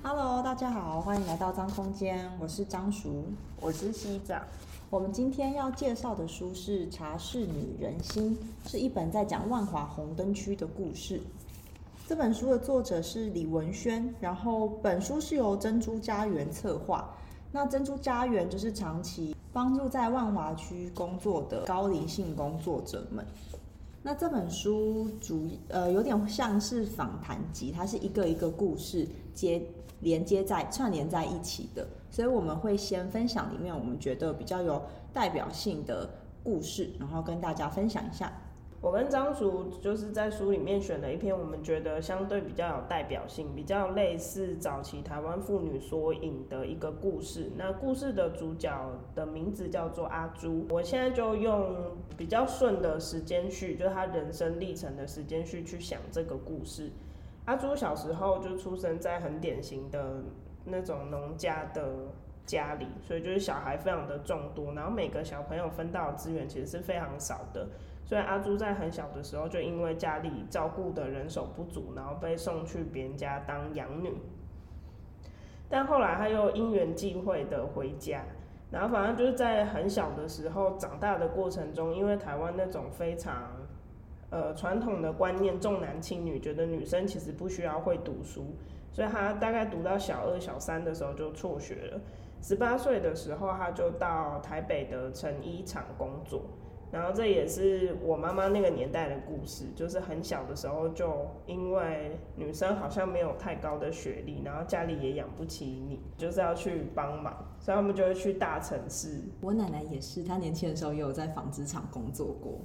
Hello，大家好，欢迎来到脏空间，我是张叔， 我是西长。 我们今天要介绍的书是《茶室女人心》，是一本在讲万华红灯区的故事。这本书的作者是李文轩，然后本书是由珍珠家园策划。那珍珠家园就是长期帮助在万华区工作的高龄性工作者们。那这本书有点像是访谈集，它是一个一个故事串联在一起的，所以我们会先分享里面我们觉得比较有代表性的故事，然后跟大家分享一下。 我跟张叔就是在书里面选了一篇我们觉得相对比较有代表性、比较类似早期台湾妇女缩影的一个故事。那故事的主角的名字叫做阿朱。我现在就用比较顺的时间序，就是他人生历程的时间序去想这个故事。阿朱小时候就出生在很典型的那种农家的家里，所以就是小孩非常的众多，然后每个小朋友分到的资源其实是非常少的。所以阿朱在很小的时候就因为家里照顾的人手不足，然后被送去别人家当养女。但后来他又因缘际会的回家，然后反正就是在很小的时候长大的过程中，因为台湾那种非常传统的观念重男轻女，觉得女生其实不需要会读书，所以他大概读到小2、小3的时候就辍学了。18岁的时候，他就到台北的成衣厂工作。然后这也是我妈妈那个年代的故事，就是很小的时候就因为女生好像没有太高的学历，然后家里也养不起你，就是要去帮忙，所以他们就会去大城市。 我奶奶也是，她年轻的时候也有在纺织厂工作过。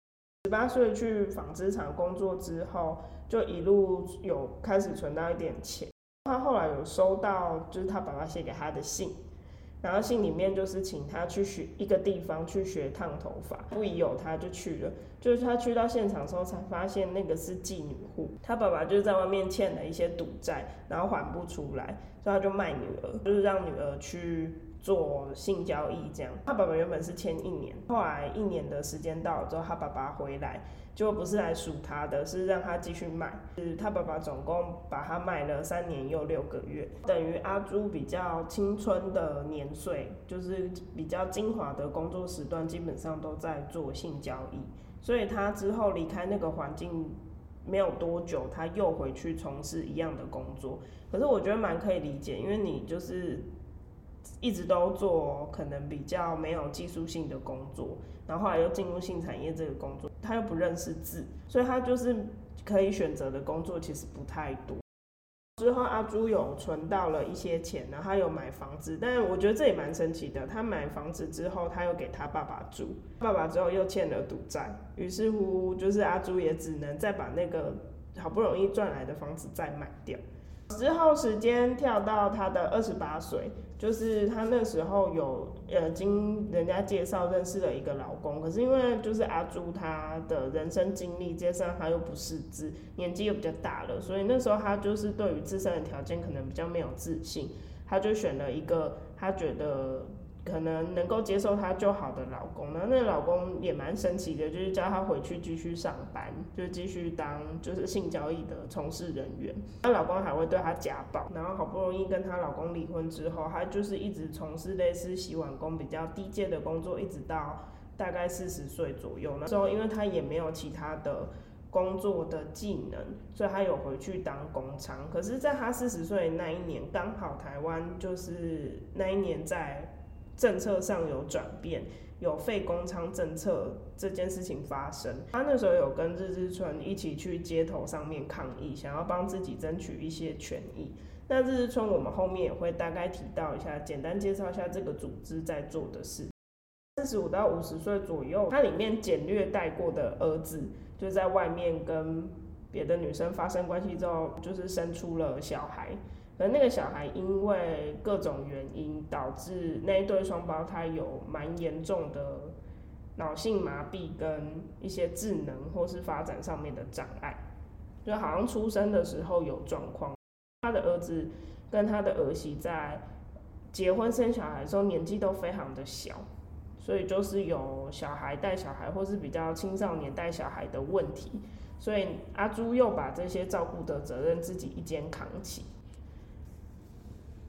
18岁去纺织厂工作之后，就一路有开始存到一点钱。他后来有收到就是他爸爸写给他的信，然后信里面就是请他去一个地方去学烫头发，不疑有他就去了。就是他去到现场的时候才发现那个是妓女户，他爸爸就是在外面欠了一些赌债，然后还不出来，所以他就卖女儿，就是让女儿去做性交易这样。他爸爸原本是签1年，后来1年的时间到了之后，他爸爸回来，就不是来赎他的，是让他继续卖。是他爸爸总共把他卖了3年又6个月，等于阿朱比较青春的年岁，就是比较精华的工作时段，基本上都在做性交易。所以他之后离开那个环境没有多久，他又回去从事一样的工作。可是我觉得蛮可以理解，因为你就是一直都做可能比较没有技术性的工作，然后后来又进入性产业这个工作，他又不认识字，所以他就是可以选择的工作其实不太多。之后阿朱有存到了一些钱，然后他有买房子，但我觉得这也蛮神奇的。他买房子之后，他又给他爸爸住，爸爸之后又欠了赌债，于是乎就是阿朱也只能再把那个好不容易赚来的房子再卖掉。之后时间跳到他的28岁，就是他那时候有经人家介绍认识了一个老公，可是因为就是阿朱他的人生经历，加上他又不识字，年纪又比较大了，所以那时候他就是对于自身的条件可能比较没有自信，他就选了一个他觉得可能能够接受他就好的老公，然后那个老公也蛮神奇的，就是叫他回去继续上班，就继续当就是性交易的从事人员。她老公还会对她家暴，然后好不容易跟她老公离婚之后，她就是一直从事类似洗碗工比较低阶的工作，一直到大概40岁左右。那时候因为她也没有其他的工作的技能，所以他有回去当工厂。可是，在他40岁那一年，刚好台湾就是那一年在政策上有转变，有废工娼政策这件事情发生。他那时候有跟日日春一起去街头上面抗议，想要帮自己争取一些权益。那日日春我们后面也会大概提到一下，简单介绍一下这个组织在做的事。45到50岁左右，它里面简略带过的儿子，就在外面跟别的女生发生关系之后，就是生出了小孩。而那个小孩因为各种原因，导致那一对双胞胎有蛮严重的脑性麻痹跟一些智能或是发展上面的障碍，就好像出生的时候有状况。他的儿子跟他的儿媳在结婚生小孩的时候年纪都非常的小，所以就是有小孩带小孩或是比较青少年带小孩的问题，所以阿朱又把这些照顾的责任自己一肩扛起。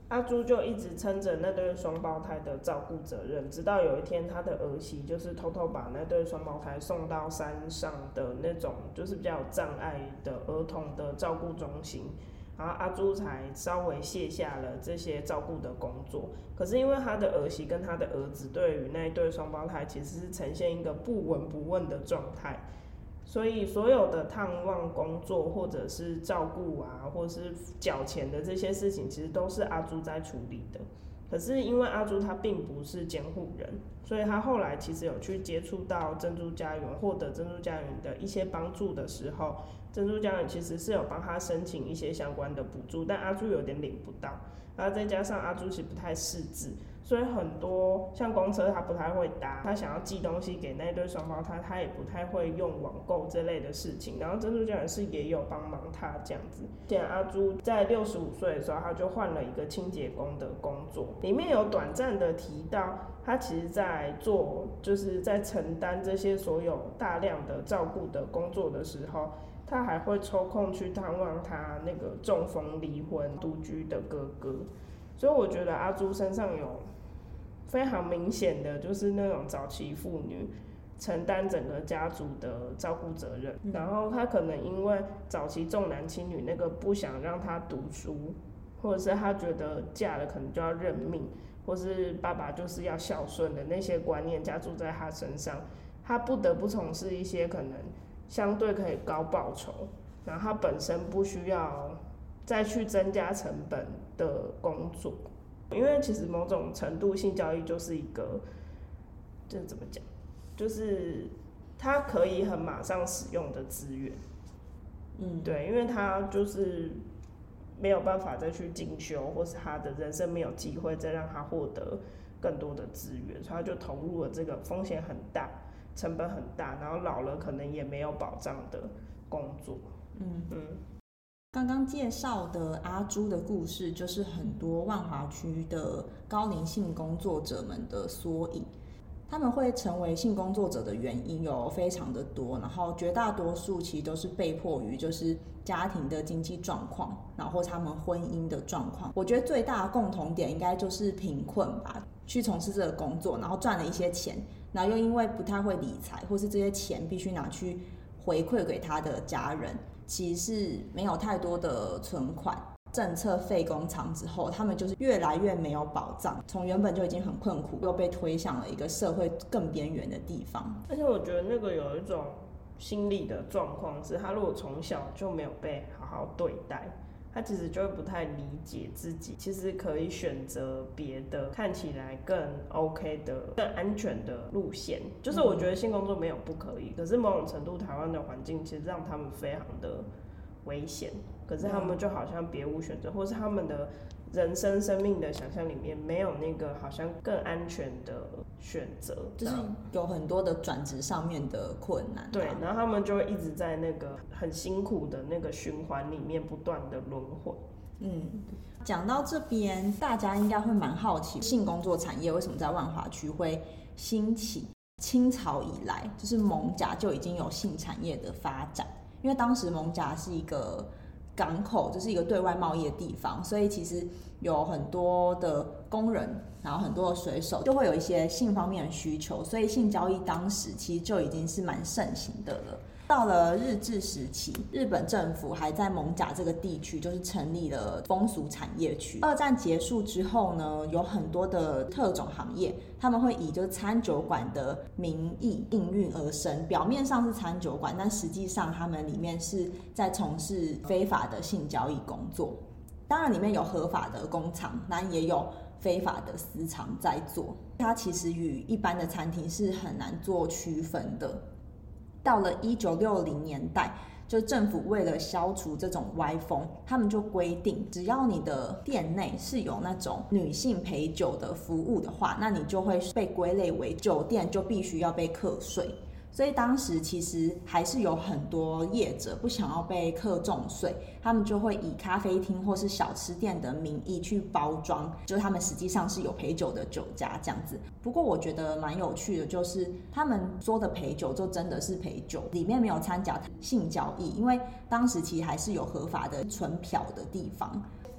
阿朱就一直撑着那对双胞胎的照顾责任，直到有一天他的儿媳就是偷偷把那对双胞胎送到山上的那种就是比较有障碍的儿童的照顾中心，然后阿朱才稍微卸下了这些照顾的工作。可是因为他的儿媳跟他的儿子对于那一对双胞胎其实是呈现一个不闻不问的状态，所以所有的探望工作或者是照顾啊，或者是缴钱的这些事情，其实都是阿朱在处理的。可是因为阿朱他并不是监护人，所以他后来其实有去接触到珍珠家园，获得珍珠家园的一些帮助的时候，珍珠家园其实是有帮他申请一些相关的补助，但阿朱有点领不到。然后再加上阿朱其实不太识字，所以很多像公车他不太会搭，他想要寄东西给那对双胞胎，他也不太会用网购这类的事情。然后珍珠家园是也有帮忙他这样子。现在阿朱在65岁的时候，他就换了一个清洁工的工作，里面有短暂的提到他其实在做，就是在承担这些所有大量的照顾的工作的时候，他还会抽空去探望他那个中风离婚独居的哥哥。所以我觉得阿朱身上有非常明显的就是那种早期妇女承担整个家族的照顾责任，然后他可能因为早期重男轻女那个不想让他读书，或者是他觉得嫁了可能就要认命，或是爸爸就是要孝顺的那些观念加注在他身上，他不得不从事一些可能相对可以高报酬，然后他本身不需要再去增加成本的工作。因为其实某种程度性教育就是一个，这怎么讲，就是它可以很马上使用的资源。对，因为他就是没有办法再去进修，或是他的人生没有机会再让他获得更多的资源，所以他就投入了这个风险很大、成本很大，然后老了可能也没有保障的工作。 刚刚介绍的阿朱的故事，就是很多万华区的高龄性工作者们的缩影。他们会成为性工作者的原因有非常的多，然后绝大多数其实都是被迫于就是家庭的经济状况，然后他们婚姻的状况。我觉得最大的共同点应该就是贫困吧，去从事这个工作，然后赚了一些钱，然后又因为不太会理财，或是这些钱必须拿去回馈给他的家人，其实是没有太多的存款。政策废工厂之后，他们就是越来越没有保障，从原本就已经很困苦，又被推向了一个社会更边缘的地方。 而且我觉得那个有一种心理的状况是，他如果从小就没有被好好对待，他其实就会不太理解自己其实可以选择别的看起来更 OK 的更安全的路线。就是我觉得性工作没有不可以，可是某种程度台湾的环境其实让他们非常的危险，可是他们就好像别无选择，或是他们的人生生命的想象里面没有那个好像更安全的选择， 就是有很多的转职上面的困难。 对，然后他们就会一直在那个很辛苦的那个循环里面不断的轮回。 讲到这边，大家应该会蛮好奇，性工作产业为什么在万华区会兴起？清朝以来，就是艋舺就已经有性产业的发展，因为当时艋舺是一个港口，就是一个对外贸易的地方，所以其实有很多的工人，然后很多的水手就会有一些性方面的需求，所以性交易当时其实就已经是蛮盛行的了。到了日治时期，日本政府还在艋舺这个地区就是成立了风俗产业区。二战结束之后呢，有很多的特种行业，他们会以就是餐酒馆的名义应运而生。表面上是餐酒馆，但实际上他们里面是在从事非法的性交易工作。当然里面有合法的工厂，但也有非法的私娼在做。它其实与一般的餐厅是很难做区分的。到了1960年代，就政府为了消除这种歪风，他们就规定，只要你的店内是有那种女性陪酒的服务的话，那你就会被归类为酒店，就必须要被课税。所以当时其实还是有很多业者不想要被课重税，他们就会以咖啡厅或是小吃店的名义去包装，就是他们实际上是有陪酒的酒家这样子。不过我觉得蛮有趣的，就是他们说的陪酒就真的是陪酒，里面没有掺假性交易，因为当时其实还是有合法的纯嫖的地方。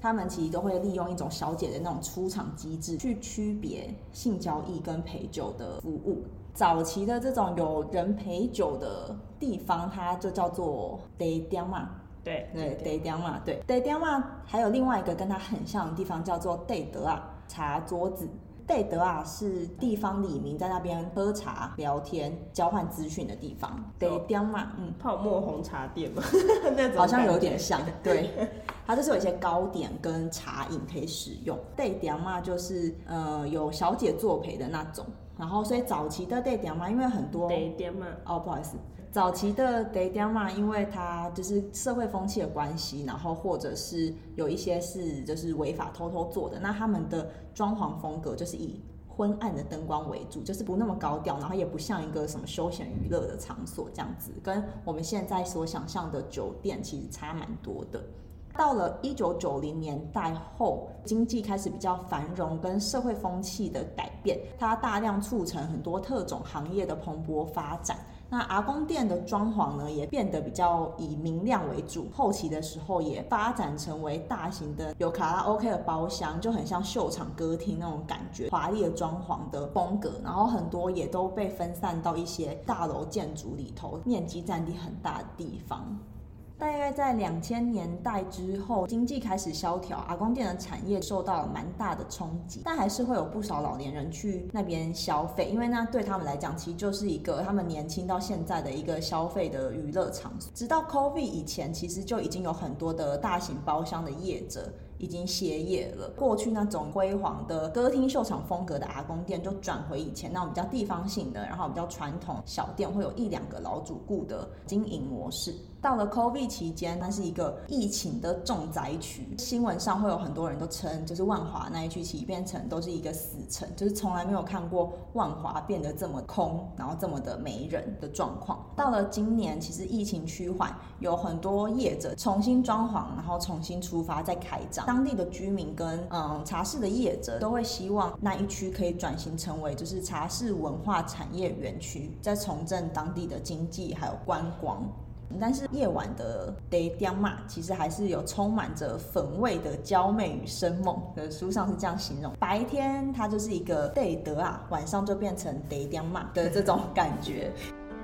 他们其实都会利用一种小姐的那种出场机制去区别性交易跟陪酒的服务。早期的这种有人陪酒的地方，它就叫做地点嘛。 对， 地点嘛，对，地点嘛，还有另外一个跟它很像的地方叫做地德啊，茶桌子。地德啊是地方里民在那边喝茶、聊天、交换资讯的地方。地点嘛， 泡沫红茶店嘛，那种好像有点像，对，它就是有一些糕点跟茶饮可以使用。地点嘛就是有小姐作陪的那种，然后所以早期的地点嘛，因为很多地点嘛， 不好意思。早期的地点嘛，因为它就是社会风气的关系，然后或者是有一些是就是违法偷偷做的，那他们的装潢风格就是以昏暗的灯光为主，就是不那么高调，然后也不像一个什么休闲娱乐的场所这样子，跟我们现在所想象的酒店其实差蛮多的。到了1990年代后，经济开始比较繁荣，跟社会风气的改变，它大量促成很多特种行业的蓬勃发展。那阿公店的装潢呢，也变得比较以明亮为主，后期的时候也发展成为大型的有卡拉 OK 的包厢，就很像秀场歌厅那种感觉，华丽的装潢的风格，然后很多也都被分散到一些大楼建筑里头，面积占地很大的地方。大概在2000年代之后，经济开始萧条，阿公店的产业受到了蛮大的冲击，但还是会有不少老年人去那边消费，因为那对他们来讲，其实就是一个他们年轻到现在的一个消费的娱乐场所。直到 COVID 以前，其实就已经有很多的大型包厢的业者已经歇业了，过去那种辉煌的歌厅秀场风格的阿公店，就转回以前那种比较地方性的，然后比较传统小店，会有1-2个老主顾的经营模式。到了 COVID 期间，那是一个疫情的重灾区，新闻上会有很多人都称，就是万华那一区其实变成都是一个死城，就是从来没有看过万华变得这么空，然后这么的没人的状况。到了今年，其实疫情趋缓，有很多业者重新装潢，然后重新出发再开张。当地的居民跟茶室的业者都会希望那一区可以转型成为就是茶室文化产业园区，再重振当地的经济还有观光。但是夜晚的地点嘛，其实还是有充满着粉味的娇媚与生猛的，书上是这样形容。白天它就是一个地德啊，晚上就变成地点嘛的这种感觉。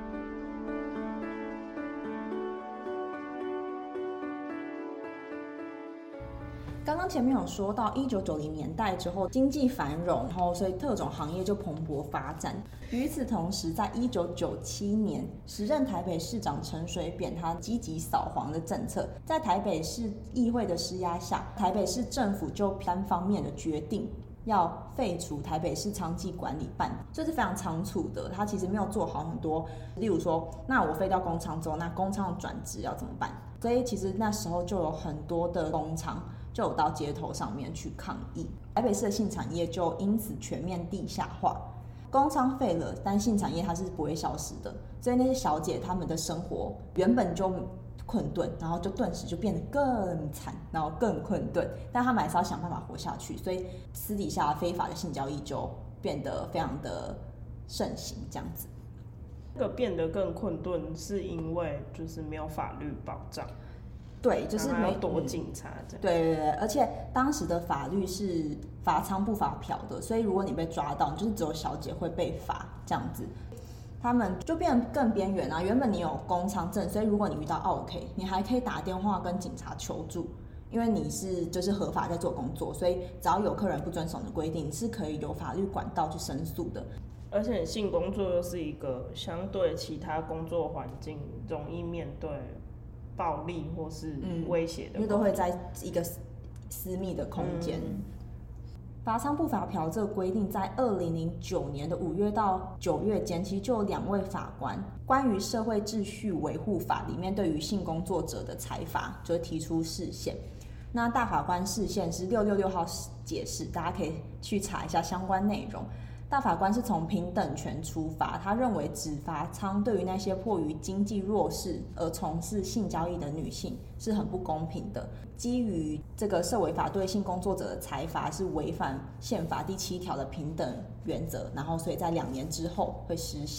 刚刚前面有说到1990年代之后经济繁荣，然后所以特种行业就蓬勃发展。与此同时，在1997年，时任台北市长陈水扁他积极扫黄的政策，在台北市议会的施压下，台北市政府就单方面的决定要废除台北市娼妓管理办，这是非常仓促的。他其实没有做好很多，例如说，那我废掉公娼之后，那公娼转职要怎么办？所以其实那时候就有很多的公娼就有到街头上面去抗议，台北市的性产业就因此全面地下化。公娼废了，但性产业它是不会消失的，所以那些小姐她们的生活原本就困顿，然后就顿时就变得更惨，然后更困顿，但他们还是要想办法活下去，所以私底下非法的性交易就变得非常的盛行，这样子。 这个变得更困顿，是因为就是没有法律保障。 对，就是没躲警察这样。 对，而且当时的法律是罚娼不罚嫖的，所以如果你被抓到，你就是只有小姐会被罚这样子。他们就变得更边缘啊！原本你有公娼证，所以如果你遇到 OK， 你还可以打电话跟警察求助，因为你是就是合法在做工作，所以只要有客人不遵守的规定，你是可以有法律管道去申诉的。 而且性工作又是一个相对其他工作环境容易面对暴力或是威胁的， 因为都会在一个私密的空间。罚娼不罚嫖这个规定，在2009年的5月到9月间，其实就有2位法官关于社会秩序维护法里面对于性工作者的裁罚，就提出释宪。那大法官释宪是666号解释，大家可以去查一下相关内容。大法官是从平等权出发，他认为只罚娼对于那些迫于经济弱势而从事性交易的女性是很不公平的。基于这个社维法对性工作者的裁罚是违反宪法第7条的平等原则，然后所以在2年之后会失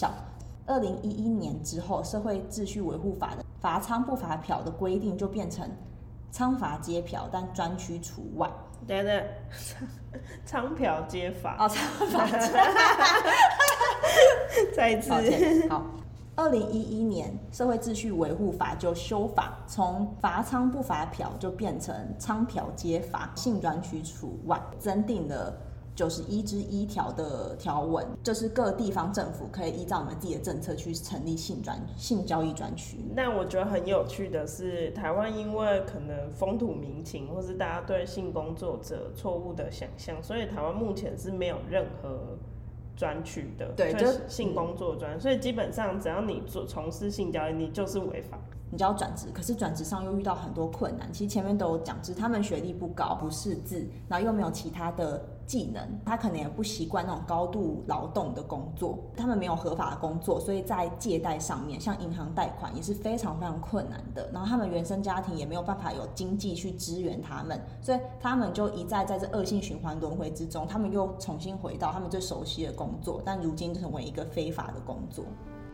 效。2011年之后，社会秩序维护法的罚娼不罚嫖的规定就变成娼罚皆嫖，但专区除外。 对对，娼嫖皆罚。 哦，娼罚。 再一次。 好。2011年社会秩序维护法就修法，从罚娼不罚嫖就变成娼嫖皆罚，性专区除外，增订了91之1条的条文，就是各地方政府可以依照你们自己的政策去成立性交易专区。 但我觉得很有趣的是，台湾因为可能风土民情，或是大家对性工作者错误的想象，所以台湾目前是没有任何专区的， 对， 就是性工作专，所以基本上只要你从事性交易，你就是违法。 你就要转职，可是转职上又遇到很多困难。其实前面都有讲，就是他们学历不高，不识字，然后又没有其他的技能，他可能也不习惯那种高度劳动的工作，他们没有合法的工作，所以在借贷上面，像银行贷款也是非常非常困难的。然后他们原生家庭也没有办法有经济去支援他们，所以他们就一再在这恶性循环轮回之中，他们又重新回到他们最熟悉的工作，但如今就成为一个非法的工作。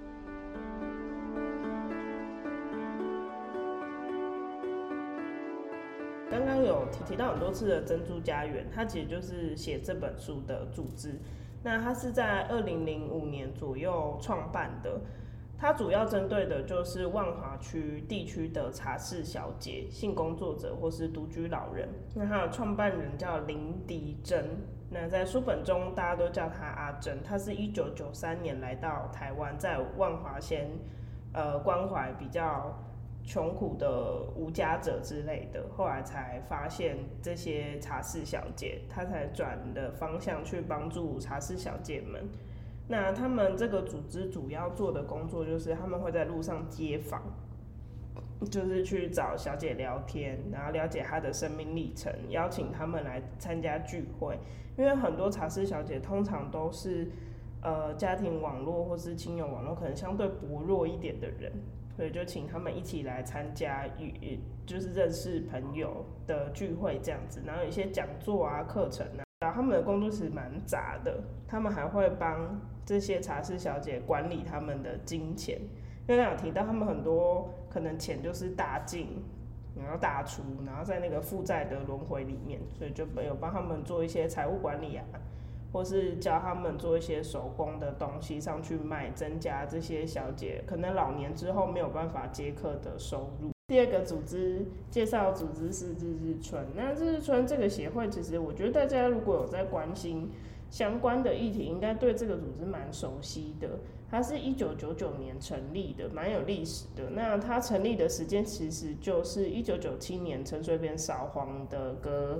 刚刚有提到很多次的珍珠家园，它其实就是写这本书的组织。那它是在2005年左右创办的，它主要针对的就是万华区地区的茶室小姐、性工作者或是独居老人。那它的创办人叫林迪珍，那在书本中大家都叫她阿珍。她是1993年来到台湾，在万华先关怀比较穷苦的无家者之类的，后来才发现这些茶室小姐，她才转的方向去帮助茶室小姐们。那他们这个组织主要做的工作就是他们会在路上街访，就是去找小姐聊天，然后了解她的生命历程，邀请他们来参加聚会。因为很多茶室小姐通常都是家庭网络或是亲友网络可能相对薄弱一点的人。所以就请他们一起来参加，就是认识朋友的聚会这样子，然后有一些讲座啊、课程啊，然后他们的工作其实蛮杂的，他们还会帮这些茶室小姐管理他们的金钱，因为刚刚有提到他们很多可能钱就是大进，然后大出，然后在那个负债的轮回里面，所以就有帮他们做一些财务管理啊。或是教他们做一些手工的东西上去卖，增加这些小姐可能老年之后没有办法接客的收入。第二个组织介绍组织是日日春，那日日春这个协会，其实我觉得大家如果有在关心相关的议题，应该对这个组织蛮熟悉的。它是1999年成立的，蛮有历史的。那它成立的时间其实就是1997年陈水扁扫黄的隔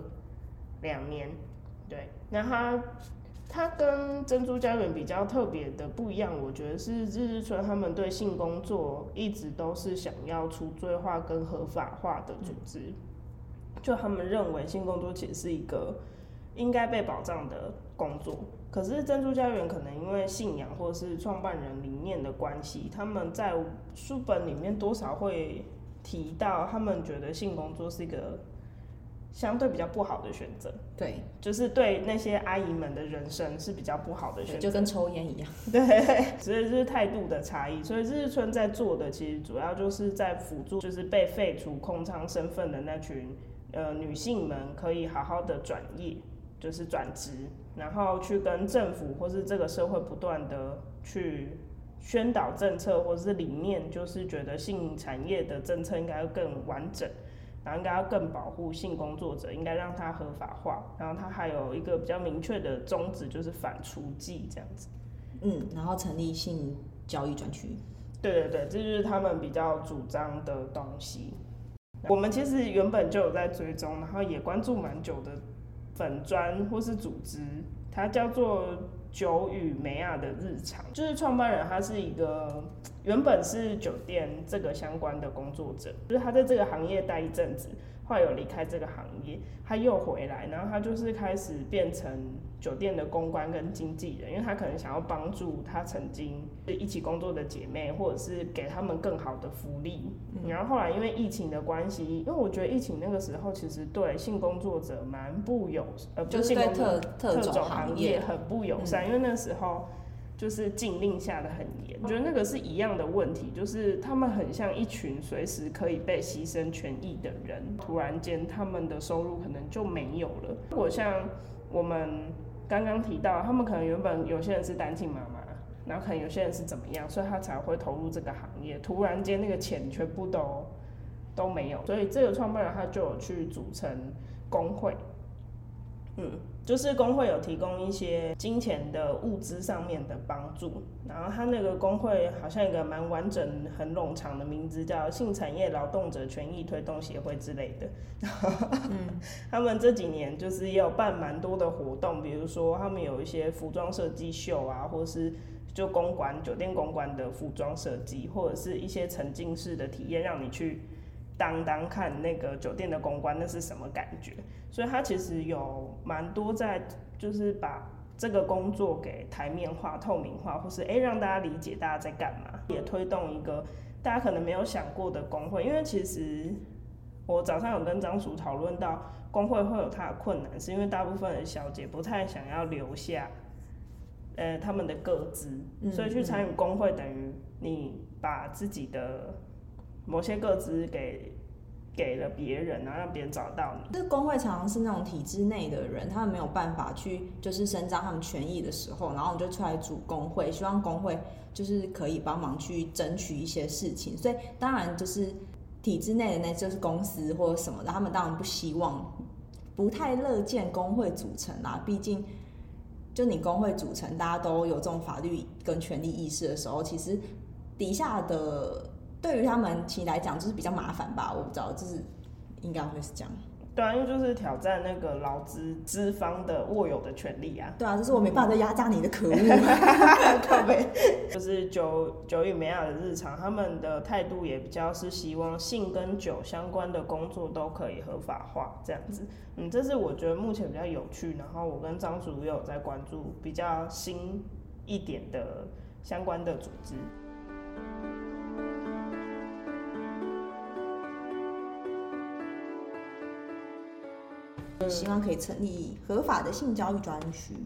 2年，对，那它跟珍珠家园比较特别的不一样，我觉得是日日春他们对性工作一直都是想要除罪化跟合法化的组织，就他们认为性工作其实是一个应该被保障的工作。可是珍珠家园可能因为信仰或是创办人理念的关系，他们在书本里面多少会提到，他们觉得性工作是一个相对比较不好的选择， 对， 就是对那些阿姨们的人生是比较不好的选择， 就跟抽烟一样。 对，所以这是态度的差异。所以日日春在做的，其实主要就是在辅助，就是被废除空娼身份的那群女性们，可以好好的转业，就是转职，然后去跟政府或是这个社会不断的去宣导政策或是理念，就是觉得性产业的政策应该要更完整。然后应该要更保护性工作者，应该让它合法化。然后它还有一个比较明确的宗旨，就是反雏妓这样子。 然后成立性交易专区。 对对对，这就是他们比较主张的东西。我们其实原本就有在追踪，然后也关注蛮久的粉专或是组织，它叫做酒与美亚的日常，就是创办人他是一个原本是酒店这个相关的工作者，就是他在这个行业待一阵子，后来有离开这个行业，他又回来，然后他就是开始变成酒店的公关跟经纪人，因为他可能想要帮助他曾经一起工作的姐妹，或者是给他们更好的福利。然后后来因为疫情的关系，因为我觉得疫情那个时候其实对性工作者蛮不友， 就是对特种行业很不友善，因为那时候就是禁令下的很严。我觉得那个是一样的问题，就是他们很像一群随时可以被牺牲权益的人，突然间他们的收入可能就没有了。如果像我们刚刚提到，他们可能原本有些人是单亲妈妈，然后可能有些人是怎么样，所以他才会投入这个行业，突然间那个钱全部都没有，所以这个创办人他就有去组成工会。就是工会有提供一些金钱的物资上面的帮助，然后他那个工会好像有一个蛮完整、很冗长的名字，叫性产业劳动者权益推动协会之类的。他们这几年就是也有办蛮多的活动，比如说他们有一些服装设计秀啊，或是就公关酒店公关的服装设计，或者是一些沉浸式的体验，让你去当看那个酒店的公关，那是什么感觉？所以他其实有蛮多在，就是把这个工作给台面化、透明化，或是让大家理解大家在干嘛，也推动一个大家可能没有想过的工会。因为其实我早上有跟张叔讨论到，工会会有它的困难，是因为大部分的小姐不太想要留下他们的个资，所以去参与工会等于你把自己的某些个资给了别人，然后让别人找到你。 这工会常常是那种体制内的人，他们没有办法去就是伸张他们权益的时候，然后我们就出来组工会，希望工会就是可以帮忙去争取一些事情。所以当然就是体制内的那就是公司或者什么的，他们当然不希望，不太乐见工会组成啦。毕竟就你工会组成，大家都有这种法律跟权利意识的时候，其实底下的对于他们其实来讲就是比较麻烦吧，我不知道，就是应该会是这样。 对啊，因为就是挑战那个劳资方的握有的权利啊。 对啊，就是我没办法再压榨你的可恶。 靠北。就是酒与美雅的日常，他们的态度也比较是希望性跟酒相关的工作都可以合法化这样子。这是我觉得目前比较有趣，然后我跟张主也有在关注比较新一点的相关的组织。 希望可以成立合法的性交易专区。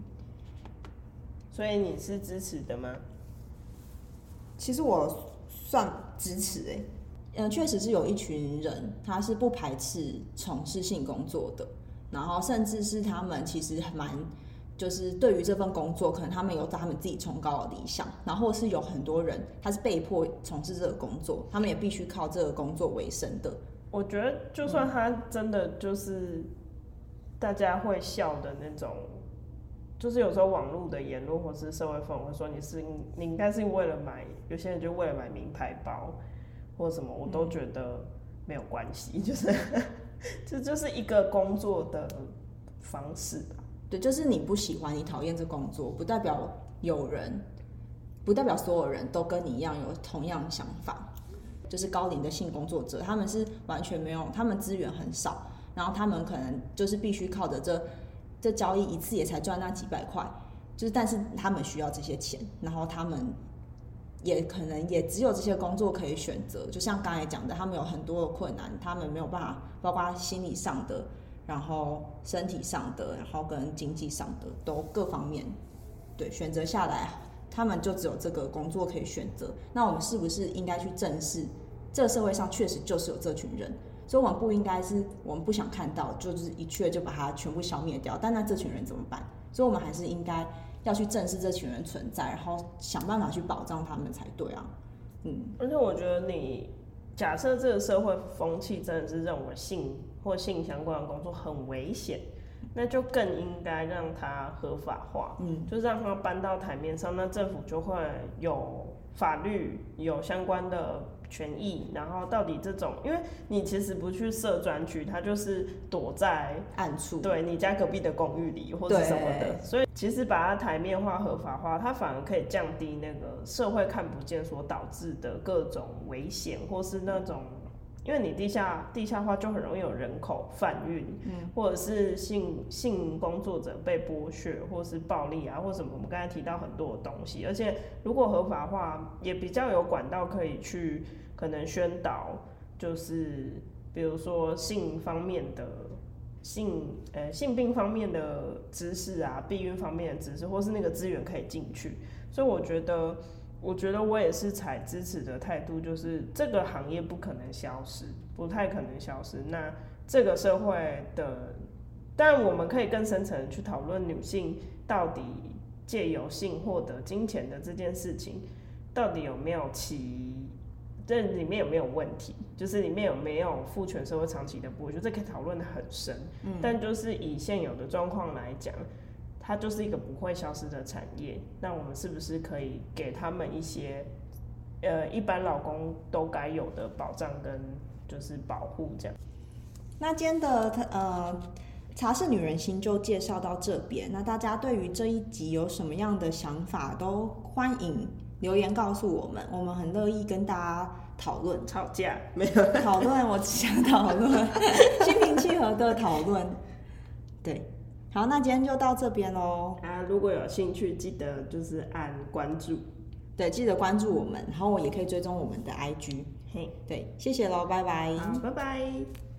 所以你是支持的吗？ 其实我算支持确实是有一群人他是不排斥从事性工作的，然后甚至是他们其实蛮就是对于这份工作，可能他们有他们自己崇高的理想，然后是有很多人他是被迫从事这个工作，他们也必须靠这个工作为生的。 我觉得就算他真的就是大家会笑的那种，就是有时候网络的言论或是社会氛围会说你应该是为了买，有些人就为了买名牌包或什么，我都觉得没有关系，就是这就是一个工作的方式吧。 对，就是你不喜欢你讨厌这工作，不代表所有人都跟你一样有同样想法。就是高龄的性工作者，他们是完全没有，他们资源很少，然后他们可能就是必须靠着这交易一次也才赚那几百块，就是但是他们需要这些钱，然后他们也可能也只有这些工作可以选择。就像刚才讲的，他们有很多的困难，他们没有办法，包括心理上的，然后身体上的，然后跟经济上的，都各方面，对，选择下来，他们就只有这个工作可以选择。那我们是不是应该去正视，这个社会上确实就是有这群人，所以我们不应该是我们不想看到，就是一去就把它全部消灭掉。但那这群人怎么办？所以我们还是应该要去正视这群人存在，然后想办法去保障他们才对啊。 而且我觉得你假设这个社会风气真的是认为性或性相关的工作很危险，那就更应该让它合法化，就是让它搬到台面上，那政府就会有法律有相关的权益，然后到底这种，因为你其实不去设专区，它就是躲在暗处， 对你家隔壁的公寓里或者什么的，所以其实把它台面化、合法化，它反而可以降低那个社会看不见所导致的各种危险，或是那种。因为你地下化就很容易有人口贩运，或者是性工作者被剥削，或是暴力啊，或什么我们刚才提到很多的东西。而且如果合法化，也比较有管道可以去可能宣导，就是比如说性方面的性病方面的知识啊，避孕方面的知识，或是那个资源可以进去。 所以我觉得我也是采支持的态度，就是这个行业不可能消失，不太可能消失。那这个社会的，当然我们可以更深层的去讨论女性到底借由性获得金钱的这件事情，到底有没有这里面有没有问题，就是里面有没有父权社会长期的剥削，这可以讨论的很深。但就是以现有的状况来讲，它就是一个不会消失的产业。那我们是不是可以给他们一些一般劳工都该有的保障跟就是保护这样？ 那今天的茶室女人心就介绍到这边。那大家对于这一集有什么样的想法，都欢迎留言告诉我们，我们很乐意跟大家讨论。 吵架没有讨论，我只想讨论，心平气和的讨论。对，好，那今天就到这边喽。 如果有兴趣，记得就是按关注。 对，记得关注我们，然后也可以追踪我们的 IG。 嘿， 对，谢谢喽，拜拜。 好，拜拜。